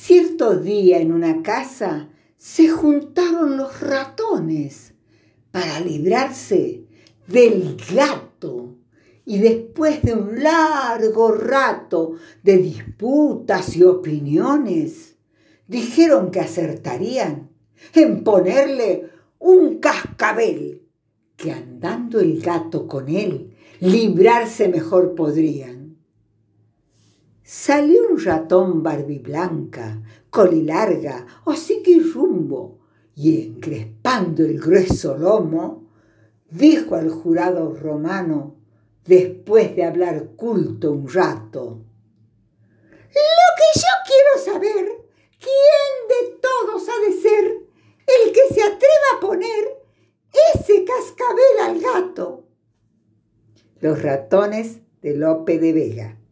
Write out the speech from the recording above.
Cierto día en una casa se juntaron los ratones para librarse del gato y después de un largo rato de disputas y opiniones, dijeron que acertarían en ponerle un cascabel, que andando el gato con él, librarse mejor podrían. Salió un ratón barbiblanca, colilarga, hocico y rumbo, y encrespando el grueso lomo, dijo al jurado romano, después de hablar culto un rato: lo que yo quiero saber, ¿quién de todos ha de ser el que se atreva a poner ese cascabel al gato? Los ratones de Lope de Vega.